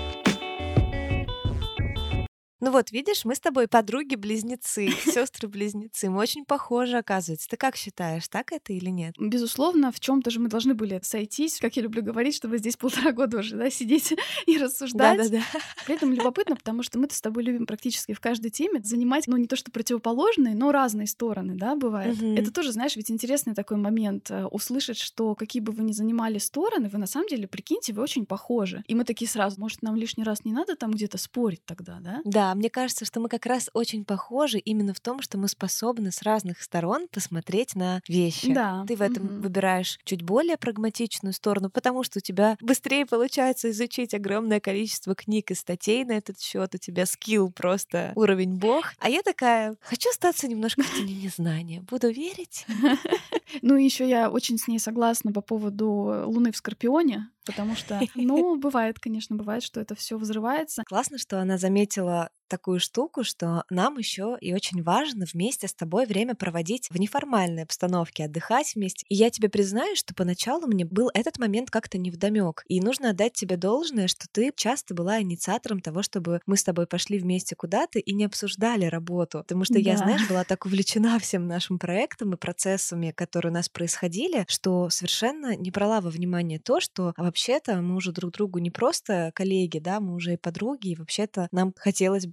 Ну вот, видишь, мы с тобой подруги-близнецы, сестры-близнецы. Мы очень похожи, оказывается. Ты как считаешь, так это или нет? Безусловно, в чем-то же мы должны были сойтись, как я люблю говорить, чтобы здесь 1,5 года уже, да, сидеть и рассуждать. Да-да-да. При этом любопытно, потому что мы-то с тобой любим практически в каждой теме занимать, ну, не то что противоположные, но разные стороны, да, бывает. Мгм. Это тоже, знаешь, ведь интересный такой момент услышать, что какие бы вы ни занимали стороны, вы на самом деле, прикиньте, вы очень похожи. И мы такие сразу, может, нам лишний раз не надо там где-то спорить тогда, да? Да, мне кажется, что мы как раз очень похожи именно в том, что мы способны с разных сторон посмотреть на вещи. Да. Ты в этом выбираешь чуть более прагматичную сторону, потому что у тебя быстрее получается изучить огромное количество книг и статей на этот счет. У тебя скилл просто уровень бог. А я такая, хочу остаться немножко в тени незнания. Буду верить. Ну и еще я очень с ней согласна по поводу Луны в Скорпионе, потому что, ну, бывает, конечно, бывает, что это все взрывается. Классно, что она заметила такую штуку, что нам еще и очень важно вместе с тобой время проводить в неформальной обстановке, отдыхать вместе. И я тебе признаюсь, что поначалу мне был этот момент как-то невдомёк. И нужно отдать тебе должное, что ты часто была инициатором того, чтобы мы с тобой пошли вместе куда-то и не обсуждали работу. Потому что я, Да. знаешь, была так увлечена всем нашим проектом и процессами, которые у нас происходили, что совершенно не брала во внимание то, что вообще-то мы уже друг другу не просто коллеги, да, мы уже и подруги, и вообще-то нам хотелось бы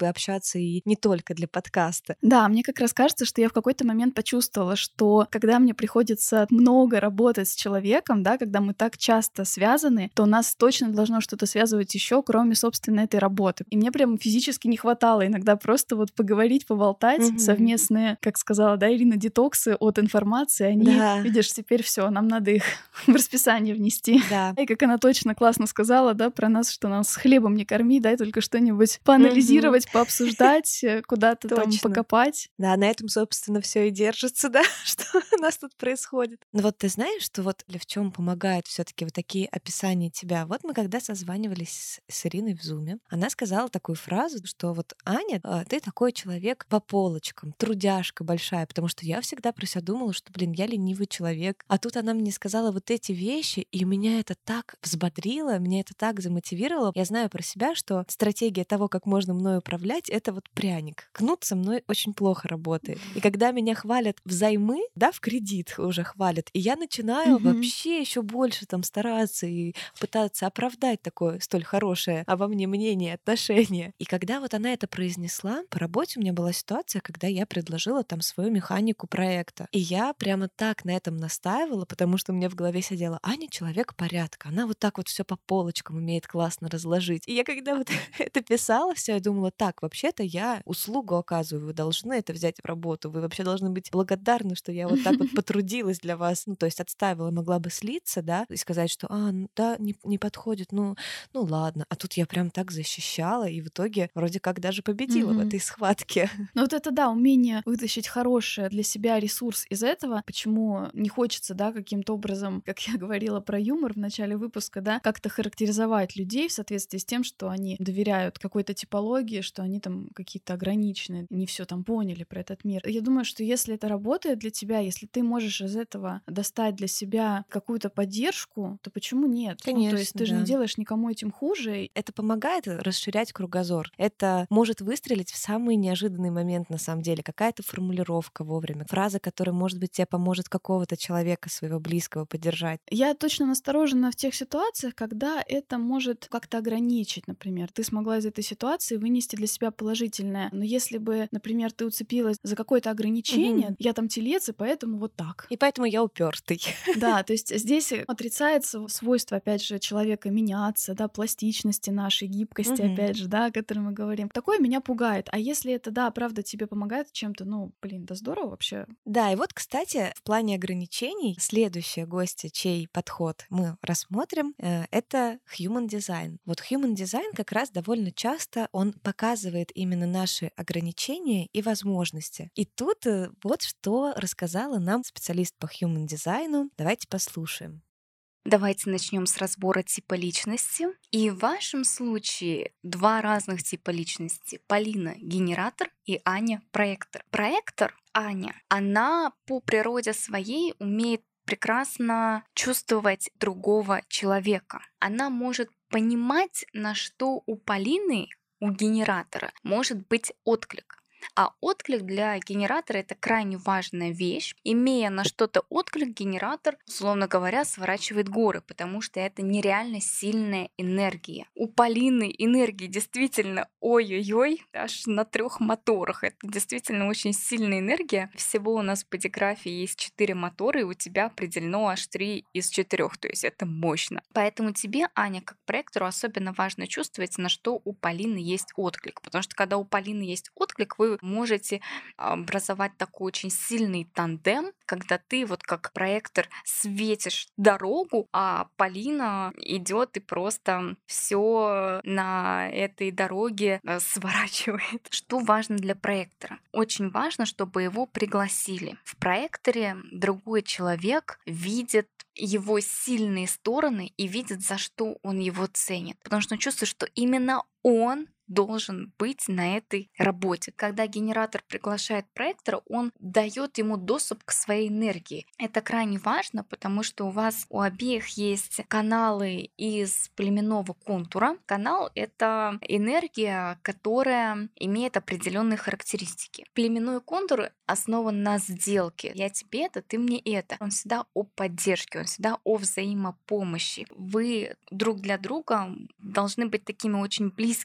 бы общаться и не только для подкаста. Да, мне как раз кажется, что я в какой-то момент почувствовала, что когда мне приходится много работать с человеком, да, когда мы так часто связаны, то нас точно должно что-то связывать еще, кроме, собственно, этой работы. И мне прям физически не хватало иногда просто вот поговорить, поболтать. Совместные, как сказала, да, Ирина, детоксы от информации, они, Да. видишь, теперь все, нам надо их в расписание внести. Да. И как она точно классно сказала, да, про нас, что нас хлебом не корми, дай только что-нибудь поанализировать, пообсуждать, куда-то там Точно. покопать. Да, на этом, собственно, все и держится, да, что у нас тут происходит. Но вот ты знаешь, что вот в чем помогает все-таки вот такие описания тебя? Вот мы когда созванивались с Ириной в Зуме, она сказала такую фразу, что вот Аня, ты такой человек по полочкам, трудяжка большая, потому что я всегда про себя думала, что, блин, я ленивый человек. А тут она мне сказала вот эти вещи, и меня это так взбодрило, меня это так замотивировало. Я знаю про себя, что стратегия того, как можно мной управлять, это вот пряник. Кнут со мной очень плохо работает. И когда меня хвалят взаймы, да, в кредит уже хвалят, и я начинаю вообще еще больше там стараться и пытаться оправдать такое столь хорошее обо мне мнение, отношение. И когда вот она это произнесла, по работе у меня была ситуация, когда я предложила там свою механику проекта. И я прямо так на этом настаивала, потому что у меня в голове сидела: Аня человек порядка, она вот так вот все по полочкам умеет классно разложить. И я когда вот это писала все, я думала: так, вообще-то я услугу оказываю, вы должны это взять в работу, вы вообще должны быть благодарны, что я вот так вот потрудилась для вас. Ну, то есть отставила, могла бы слиться, да, и сказать, что да, не подходит, ну ладно. А тут я прям так защищала, и в итоге вроде как даже победила в этой схватке. Ну вот это, да, умение вытащить хорошее для себя ресурс из этого. Почему не хочется, да, каким-то образом, как я говорила про юмор в начале выпуска, да, как-то характеризовать людей в соответствии с тем, что они доверяют какой-то типологии, что они там какие-то ограниченные, не все там поняли про этот мир. Я думаю, что если это работает для тебя, если ты можешь из этого достать для себя какую-то поддержку, то почему нет? Конечно, то есть ты же не делаешь никому этим хуже. Это помогает расширять кругозор. Это может выстрелить в самый неожиданный момент, на самом деле. Какая-то формулировка вовремя, фраза, которая, может быть, тебе поможет какого-то человека своего близкого поддержать. Я точно насторожена в тех ситуациях, когда это может как-то ограничить, например. Ты смогла из этой ситуации вынести для себя положительное. Но если бы, например, ты уцепилась за какое-то ограничение, я там телец, и поэтому вот так. И поэтому я упертый. Да, то есть здесь отрицается свойство, опять же, человека меняться, да, пластичности нашей, гибкости, опять же, да, о которой мы говорим. Такое меня пугает. А если это, да, правда тебе помогает чем-то, да здорово вообще. Да, и вот, кстати, в плане ограничений следующая гостья, чей подход мы рассмотрим, это Human Design. Вот Human Design как раз довольно часто он показывает именно наши ограничения и возможности. И тут вот что рассказала нам специалист по Human Design. Давайте послушаем. Давайте начнем с разбора типа личности. И в вашем случае два разных типа личности. Полина — генератор и Аня — проектор. Проектор, Аня, она по природе своей умеет прекрасно чувствовать другого человека. Она может понимать, на что у Полины, у генератора, может быть отклик. А отклик для генератора — это крайне важная вещь. Имея на что-то отклик, генератор, условно говоря, сворачивает горы, потому что это нереально сильная энергия. У Полины энергии действительно ой-ой-ой, аж на 3 моторах. Это действительно очень сильная энергия. Всего у нас в бодиграфе есть 4 мотора, и у тебя определено аж 3 из 4. То есть это мощно. Поэтому тебе, Аня, как проектору, особенно важно чувствовать, на что у Полины есть отклик. Потому что когда у Полины есть отклик, вы можете образовать такой очень сильный тандем, когда ты вот как проектор светишь дорогу, а Полина идет и просто все на этой дороге сворачивает. Что важно для проектора? Очень важно, чтобы его пригласили. В проекторе другой человек видит его сильные стороны и видит, за что он его ценит. Потому что он чувствует, что именно он должен быть на этой работе. Когда генератор приглашает проектора, он дает ему доступ к своей энергии. Это крайне важно, потому что у вас у обеих есть каналы из племенного контура. Канал — это энергия, которая имеет определенные характеристики. Племенной контур основан на сделке. Я тебе это, ты мне это. Он всегда о поддержке, он всегда о взаимопомощи. Вы друг для друга должны быть такими очень близкими людьми,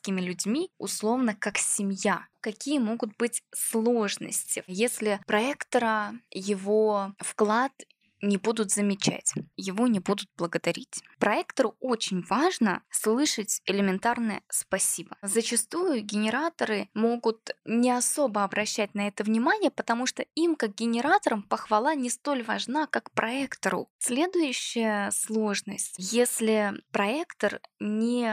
людьми условно как семья. Какие могут быть сложности, если проектора его вклад не будут замечать, его не будут благодарить. Проектору очень важно слышать элементарное спасибо. Зачастую генераторы могут не особо обращать на это внимание, потому что им, как генераторам, похвала не столь важна, как проектору. Следующая сложность. Если проектор не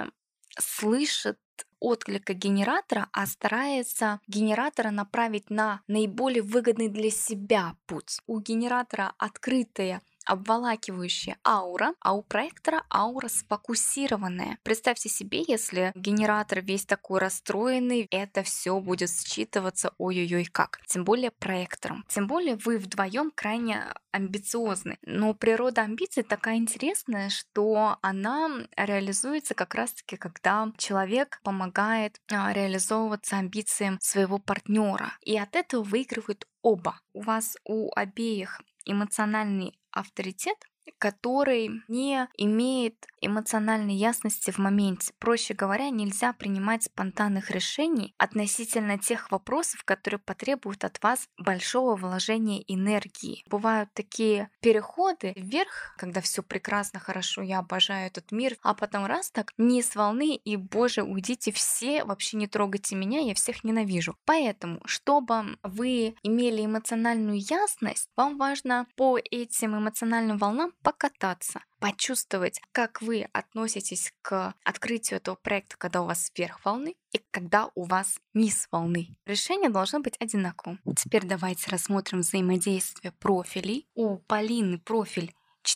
слышит отклика генератора, а старается генератора направить на наиболее выгодный для себя путь. У генератора открытая обволакивающая аура, а у проектора аура сфокусированная. Представьте себе, если генератор весь такой расстроенный, это все будет считываться ой-ой-ой как. Тем более проектором. Тем более вы вдвоем крайне амбициозны. Но природа амбиций такая интересная, что она реализуется как раз-таки, когда человек помогает реализовываться амбициям своего партнера. И от этого выигрывают оба. У вас у обеих эмоциональный авторитет, который не имеет эмоциональной ясности в моменте. Проще говоря, нельзя принимать спонтанных решений относительно тех вопросов, которые потребуют от вас большого вложения энергии. Бывают такие переходы вверх, когда все прекрасно, хорошо, я обожаю этот мир, а потом раз так, низ волны, и, боже, уйдите все, вообще не трогайте меня, я всех ненавижу. Поэтому, чтобы вы имели эмоциональную ясность, вам важно по этим эмоциональным волнам покататься, почувствовать, как вы относитесь к открытию этого проекта, когда у вас вверх волны и когда у вас низ волны. Решение должно быть одинаковым. Теперь давайте рассмотрим взаимодействие профилей. У Полины профиль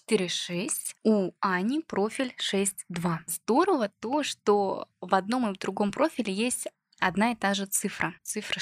4.6, у Ани профиль 6.2. Здорово то, что в одном и в другом профиле есть одна и та же цифра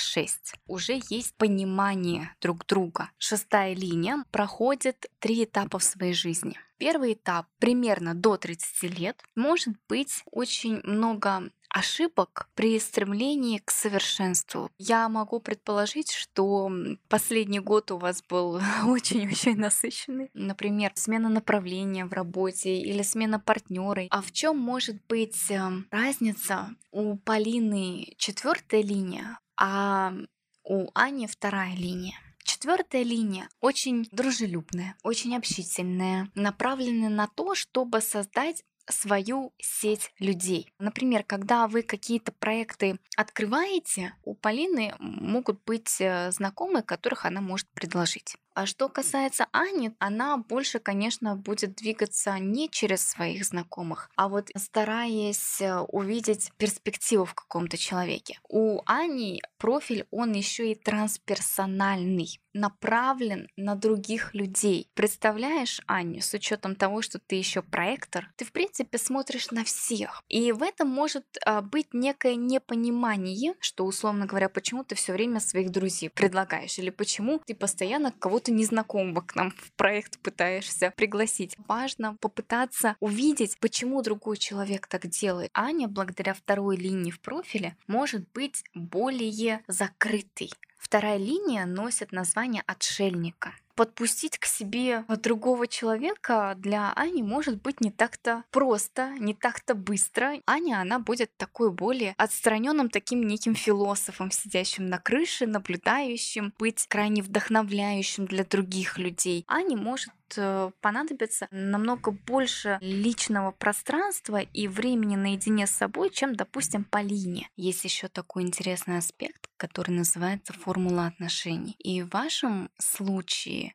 6. Уже есть понимание друг друга. 6-я линия проходит 3 этапа в своей жизни. Первый этап примерно до 30 лет. Может быть очень много ошибок при стремлении к совершенству. Я могу предположить, что последний год у вас был очень-очень насыщенный. Например, смена направления в работе или смена партнера. А в чем может быть разница? У Полины 4-я линия, а у Ани 2-я линия. 4-я линия очень дружелюбная, очень общительная, направленная на то, чтобы создать свою сеть людей. Например, когда вы какие-то проекты открываете, у Полины могут быть знакомые, которых она может предложить. А что касается Ани, она больше, конечно, будет двигаться не через своих знакомых, а вот стараясь увидеть перспективу в каком-то человеке. У Ани профиль, он еще и трансперсональный, направлен на других людей. Представляешь, Аню, с учетом того, что ты еще проектор, ты в принципе смотришь на всех. И в этом может быть некое непонимание, что, условно говоря, почему ты все время своих друзей предлагаешь, или почему ты постоянно кого-то незнакомого к нам в проект пытаешься пригласить. Важно попытаться увидеть, почему другой человек так делает. Аня, благодаря 2-й линии в профиле, может быть более закрытой. 2-я линия носит название отшельника. Подпустить к себе другого человека для Ани может быть не так-то просто, не так-то быстро. Аня, она будет такой более отстраненным таким неким философом, сидящим на крыше, наблюдающим, быть крайне вдохновляющим для других людей. Ане может понадобится намного больше личного пространства и времени наедине с собой, чем, допустим, Полине. Есть еще такой интересный аспект, который называется формула отношений. И в вашем случае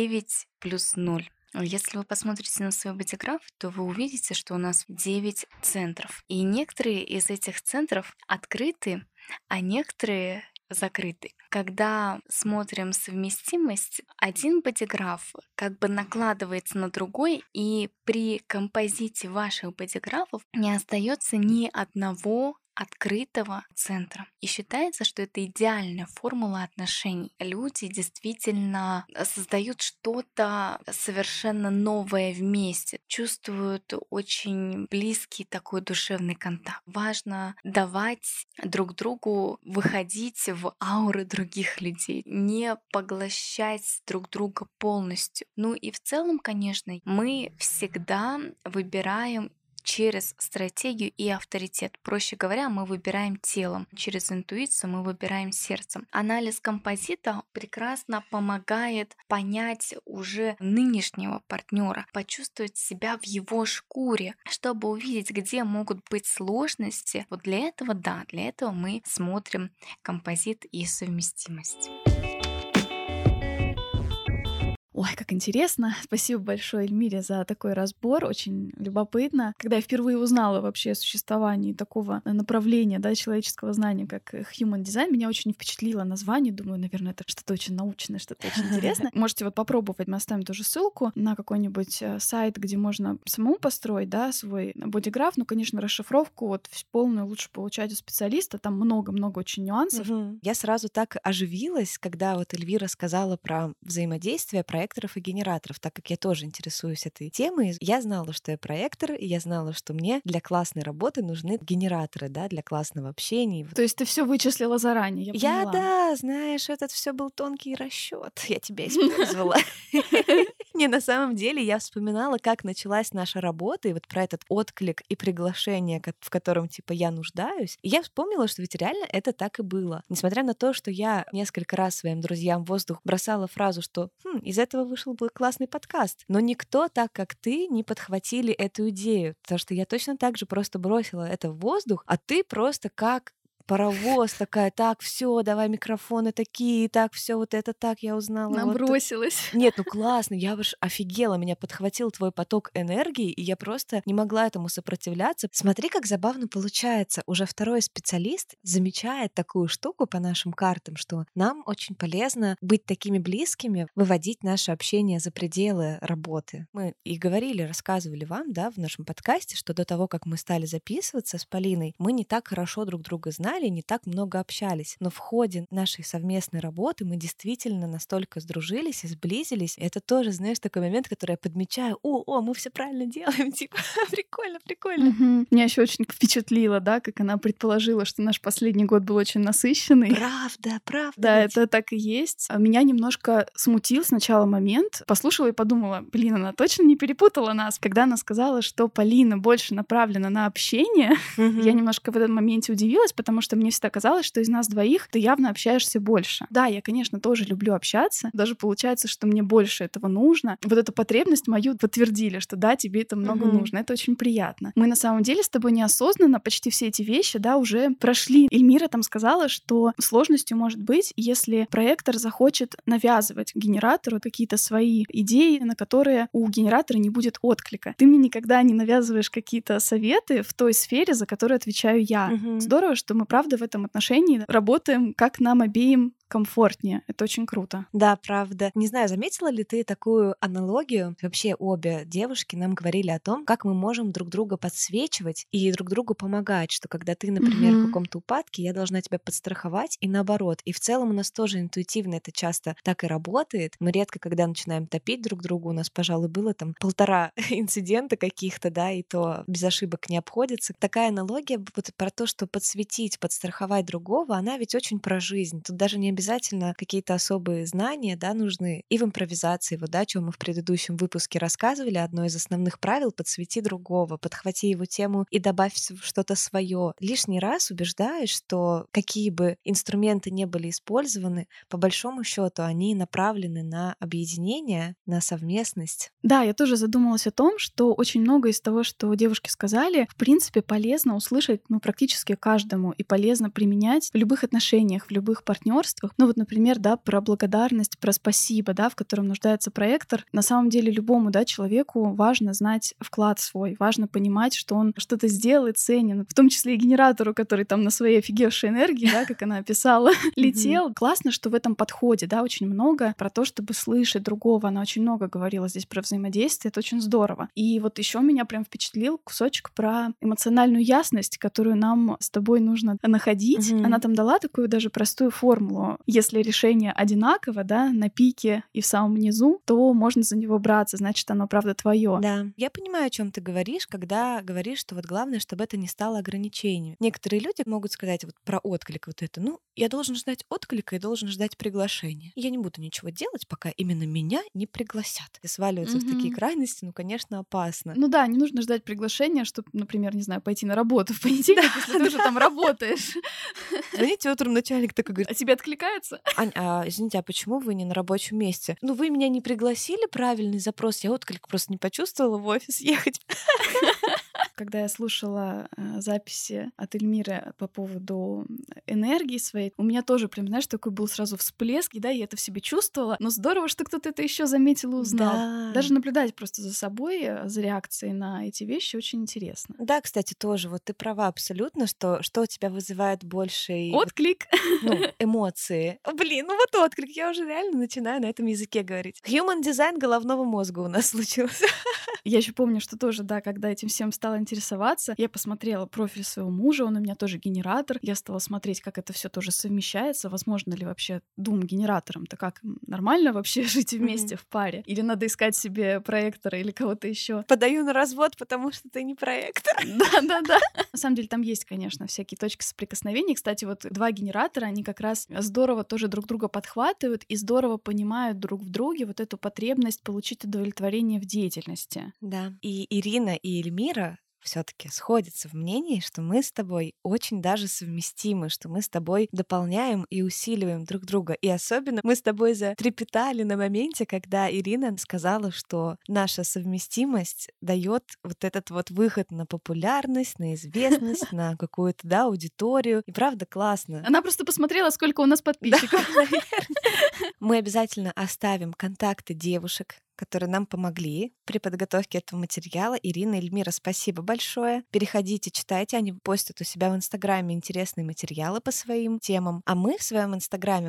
9+0. Если вы посмотрите на свой бодиграф, то вы увидите, что у нас 9 центров. И некоторые из этих центров открыты, а некоторые закрыты. Когда смотрим совместимость, один бодиграф как бы накладывается на другой, и при композите ваших бодиграфов не остается ни одного открытого центра. И считается, что это идеальная формула отношений. Люди действительно создают что-то совершенно новое вместе, чувствуют очень близкий такой душевный контакт. Важно давать друг другу выходить в ауры других людей, не поглощать друг друга полностью. Ну и в целом, конечно, мы всегда выбираем через стратегию и авторитет. Проще говоря, мы выбираем телом, через интуицию мы выбираем сердцем. Анализ композита прекрасно помогает понять уже нынешнего партнера, почувствовать себя в его шкуре, чтобы увидеть, где могут быть сложности. Вот для этого, да, для этого мы смотрим композит и совместимость. Ой, как интересно. Спасибо большое, Эльмире, за такой разбор. Очень любопытно. Когда я впервые узнала вообще о существовании такого направления, да, человеческого знания, как Human Design, меня очень впечатлило название. Думаю, наверное, это что-то очень научное, что-то очень интересное. Можете вот попробовать, мы оставим тоже ссылку на какой-нибудь сайт, где можно самому построить, да, свой бодиграф. Ну, конечно, расшифровку вот полную лучше получать у специалиста. Там много-много очень нюансов. Я сразу так оживилась, когда вот Эльвира сказала про взаимодействие проекторов и генераторов, так как я тоже интересуюсь этой темой. Я знала, что я проектор, и я знала, что мне для классной работы нужны генераторы, да, для классного общения. То есть ты все вычислила заранее, я поняла. Да, знаешь, этот все был тонкий расчет. Я тебя использовала. Не, на самом деле я вспоминала, как началась наша работа, и вот про этот отклик и приглашение, в котором, типа, я нуждаюсь. И я вспомнила, что ведь реально это так и было. Несмотря на то, что я несколько раз своим друзьям в воздух бросала фразу, что из этого вышел бы классный подкаст. Но никто так, как ты, не подхватили эту идею, потому что я точно так же просто бросила это в воздух, а ты просто как паровоз такая, так, все, давай микрофоны такие, так, все вот это так, я узнала. Набросилась. Вот. Нет, ну классно, я уж офигела, меня подхватил твой поток энергии, и я просто не могла этому сопротивляться. Смотри, как забавно получается. Уже второй специалист замечает такую штуку по нашим картам, что нам очень полезно быть такими близкими, выводить наше общение за пределы работы. Мы и говорили, рассказывали вам, да, в нашем подкасте, что до того, как мы стали записываться с Полиной, мы не так хорошо друг друга знали, не так много общались. Но в ходе нашей совместной работы мы действительно настолько сдружились и сблизились. И это тоже, знаешь, такой момент, который я подмечаю. Мы все правильно делаем, типа, прикольно, прикольно. Меня еще очень впечатлило, да, как она предположила, что наш последний год был очень насыщенный. Правда. Да, это так и есть. Меня немножко смутил сначала момент. Послушала и подумала, блин, она точно не перепутала нас. Когда она сказала, что Полина больше направлена на общение, я немножко в этом моменте удивилась, потому что мне всегда казалось, что из нас двоих ты явно общаешься больше. Да, я, конечно, тоже люблю общаться. Даже получается, что мне больше этого нужно. Вот эту потребность мою подтвердили, что да, тебе это много нужно. Это очень приятно. Мы на самом деле с тобой неосознанно почти все эти вещи, да, уже прошли. Эльмира там сказала, что сложностью может быть, если проектор захочет навязывать генератору какие-то свои идеи, на которые у генератора не будет отклика. Ты мне никогда не навязываешь какие-то советы в той сфере, за которую отвечаю я. Здорово, что мы, правда, в этом отношении работаем, как нам обеим комфортнее. Это очень круто. Да, правда. Не знаю, заметила ли ты такую аналогию? Вообще обе девушки нам говорили о том, как мы можем друг друга подсвечивать и друг другу помогать, что когда ты, например, в каком-то упадке, я должна тебя подстраховать, и наоборот. И в целом у нас тоже интуитивно это часто так и работает. Мы редко, когда начинаем топить друг друга, у нас, пожалуй, было там 1,5 инцидента каких-то, да, и то без ошибок не обходится. Такая аналогия вот про то, что подсветить, подстраховать другого, она ведь очень про жизнь. Тут даже не обязательно какие-то особые знания, да, нужны. И в импровизации, вот, да, о чем мы в предыдущем выпуске рассказывали, одно из основных правил — подсвети другого, подхвати его тему и добавь что-то свое. Лишний раз убеждаюсь, что какие бы инструменты не были использованы, по большому счету они направлены на объединение, на совместность. Да, я тоже задумалась о том, что очень много из того, что девушки сказали, в принципе, полезно услышать, практически каждому, и полезно применять в любых отношениях, в любых партнерствах. Ну вот, например, да, про благодарность, про спасибо, да, в котором нуждается проектор. На самом деле любому, да, человеку важно знать вклад свой, важно понимать, что он что-то сделал и ценен, в том числе и генератору, который там на своей офигевшей энергии, да, как она описала, летел. Классно, что в этом подходе, да, очень много про то, чтобы слышать другого. Она очень много говорила здесь про взаимодействие, это очень здорово. И вот еще меня прям впечатлил кусочек про эмоциональную ясность, которую нам с тобой нужно находить. Она там дала такую даже простую формулу. Если решение одинаково, да, на пике и в самом низу, то можно за него браться, значит, оно правда твое. Да, я понимаю, о чем ты говоришь, когда говоришь, что вот главное, чтобы это не стало ограничением. Некоторые люди могут сказать вот про отклик вот это, я должен ждать отклика и должен ждать приглашения. Я не буду ничего делать, пока именно меня не пригласят. И сваливаться в такие крайности, конечно, опасно. Ну да, не нужно ждать приглашения, чтобы, например, не знаю, пойти на работу в понедельник, если ты уже там работаешь. Звоните утром, начальник такой говорит: А тебе откликается? Ань, извините, а почему вы не на рабочем месте? Ну, вы меня не пригласили, правильный запрос, я отклик просто не почувствовала в офис ехать. Когда я слушала записи от Эльмиры по поводу энергии своей, у меня тоже прям, знаешь, такой был сразу всплеск, и да, я это в себе чувствовала. Но здорово, что кто-то это еще заметил и узнал. Да. Даже наблюдать просто за собой, за реакцией на эти вещи очень интересно. Да, кстати, тоже, вот ты права абсолютно, что у тебя вызывает больший Отклик. Эмоции. Блин, ну вот отклик, я уже реально начинаю на этом языке говорить. Human design головного мозга у нас случился. Я еще помню, что тоже, да, когда этим всем стала интересоваться, я посмотрела профиль своего мужа, он у меня тоже генератор. Я стала смотреть, как это все тоже совмещается, возможно ли вообще двум генераторам-то как нормально вообще жить вместе в паре? Или надо искать себе проектора или кого-то еще? Подаю на развод, потому что ты не проектор. Да. На самом деле там есть, конечно, всякие точки соприкосновения. Кстати, вот два генератора, они как раз здорово тоже друг друга подхватывают и здорово понимают друг в друге вот эту потребность получить удовлетворение в деятельности. Да. И Ирина, и Эльмира все-таки сходятся в мнении, что мы с тобой очень даже совместимы, что мы с тобой дополняем и усиливаем друг друга. И особенно мы с тобой затрепетали на моменте, когда Ирина сказала, что наша совместимость дает вот этот вот выход на популярность, на известность, на какую-то, да, аудиторию. И правда классно. Она просто посмотрела, сколько у нас подписчиков. Мы обязательно оставим контакты девушек, которые нам помогли при подготовке этого материала. Ирина, Эльмира, спасибо большое. Переходите, читайте. Они постят у себя в Инстаграме интересные материалы по своим темам. А мы в своем Инстаграме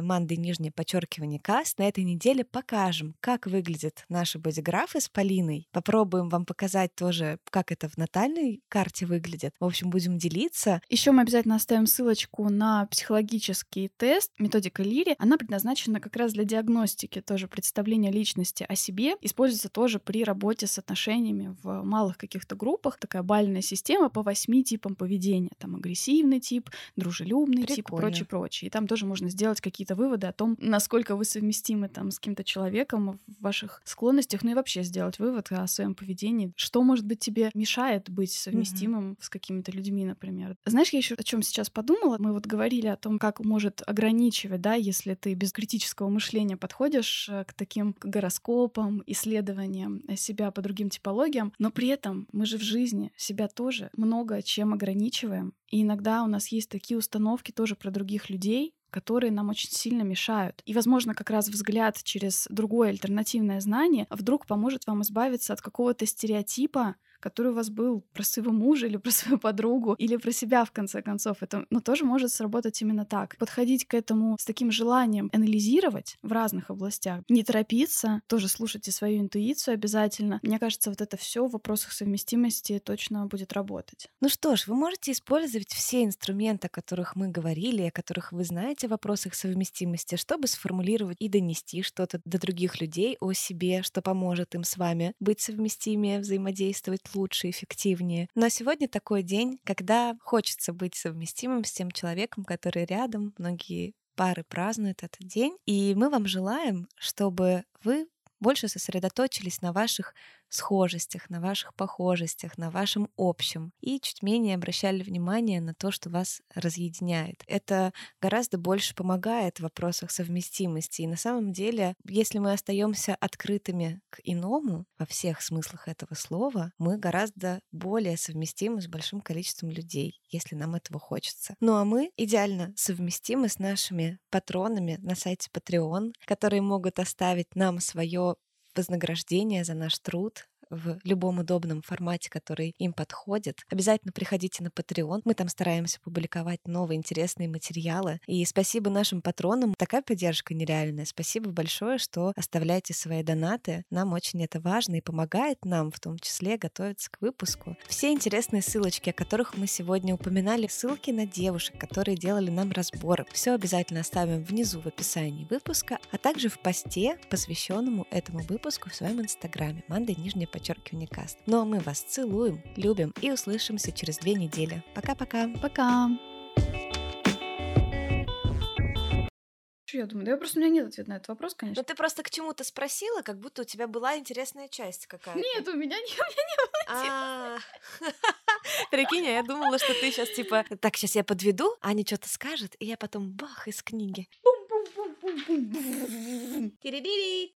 _каст на этой неделе покажем, как выглядят наши бодиграфы с Полиной. Попробуем вам показать тоже, как это в натальной карте выглядит. В общем, будем делиться. Еще мы обязательно оставим ссылочку на психологический тест. Методика Лири. Она предназначена как раз для диагностики, тоже представления личности о себе. Используется тоже при работе с отношениями в малых каких-то группах. Такая бальная система по 8 типам поведения. Там агрессивный тип, дружелюбный тип и прочее. И там тоже можно сделать какие-то выводы о том, насколько вы совместимы там с каким-то человеком в ваших склонностях, ну и вообще сделать вывод о своем поведении. Что, может быть, тебе мешает быть совместимым с какими-то людьми, например. Знаешь, я еще о чем сейчас подумала? Мы вот говорили о том, как может ограничивать, да, если ты без критического мышления подходишь к таким гороскопам, исследованием себя по другим типологиям, но при этом мы же в жизни себя тоже много чем ограничиваем. И иногда у нас есть такие установки тоже про других людей, которые нам очень сильно мешают. И, возможно, как раз взгляд через другое альтернативное знание вдруг поможет вам избавиться от какого-то стереотипа, который у вас был про своего мужа или про свою подругу, или про себя, в конце концов. Это, тоже может сработать именно так. Подходить к этому с таким желанием анализировать в разных областях, не торопиться, тоже слушайте свою интуицию обязательно. Мне кажется, вот это все в вопросах совместимости точно будет работать. Ну что ж, вы можете использовать все инструменты, о которых мы говорили, о которых вы знаете в вопросах совместимости, чтобы сформулировать и донести что-то до других людей о себе, что поможет им с вами быть совместимее, взаимодействовать лучше, эффективнее. Но сегодня такой день, когда хочется быть совместимым с тем человеком, который рядом. Многие пары празднуют этот день. И мы вам желаем, чтобы вы больше сосредоточились на ваших схожестях, на ваших похожестях, на вашем общем и чуть менее обращали внимание на то, что вас разъединяет. Это гораздо больше помогает в вопросах совместимости. И на самом деле, если мы остаемся открытыми к иному во всех смыслах этого слова, мы гораздо более совместимы с большим количеством людей, если нам этого хочется. Ну а мы идеально совместимы с нашими патронами на сайте Patreon, которые могут оставить нам свое вознаграждение за наш труд в любом удобном формате, который им подходит. Обязательно приходите на Patreon. Мы там стараемся публиковать новые интересные материалы. И спасибо нашим патронам. Такая поддержка нереальная. Спасибо большое, что оставляете свои донаты. Нам очень это важно и помогает нам в том числе готовиться к выпуску. Все интересные ссылочки, о которых мы сегодня упоминали, ссылки на девушек, которые делали нам разборы. Все обязательно оставим внизу в описании выпуска, а также в посте, посвященному этому выпуску в своем инстаграме _каст. Ну а мы вас целуем, любим и услышимся через 2 недели. Пока-пока. Пока. что я думаю? Да я просто, у меня нет ответа на этот вопрос, Ну конечно. ты просто к чему-то спросила, как будто у тебя была интересная часть какая-то. Нет, у меня не А, Прикинь, а я думала, что ты сейчас типа, так, сейчас я подведу, Аня что-то скажет, и я потом бах из книги. Тири-дири.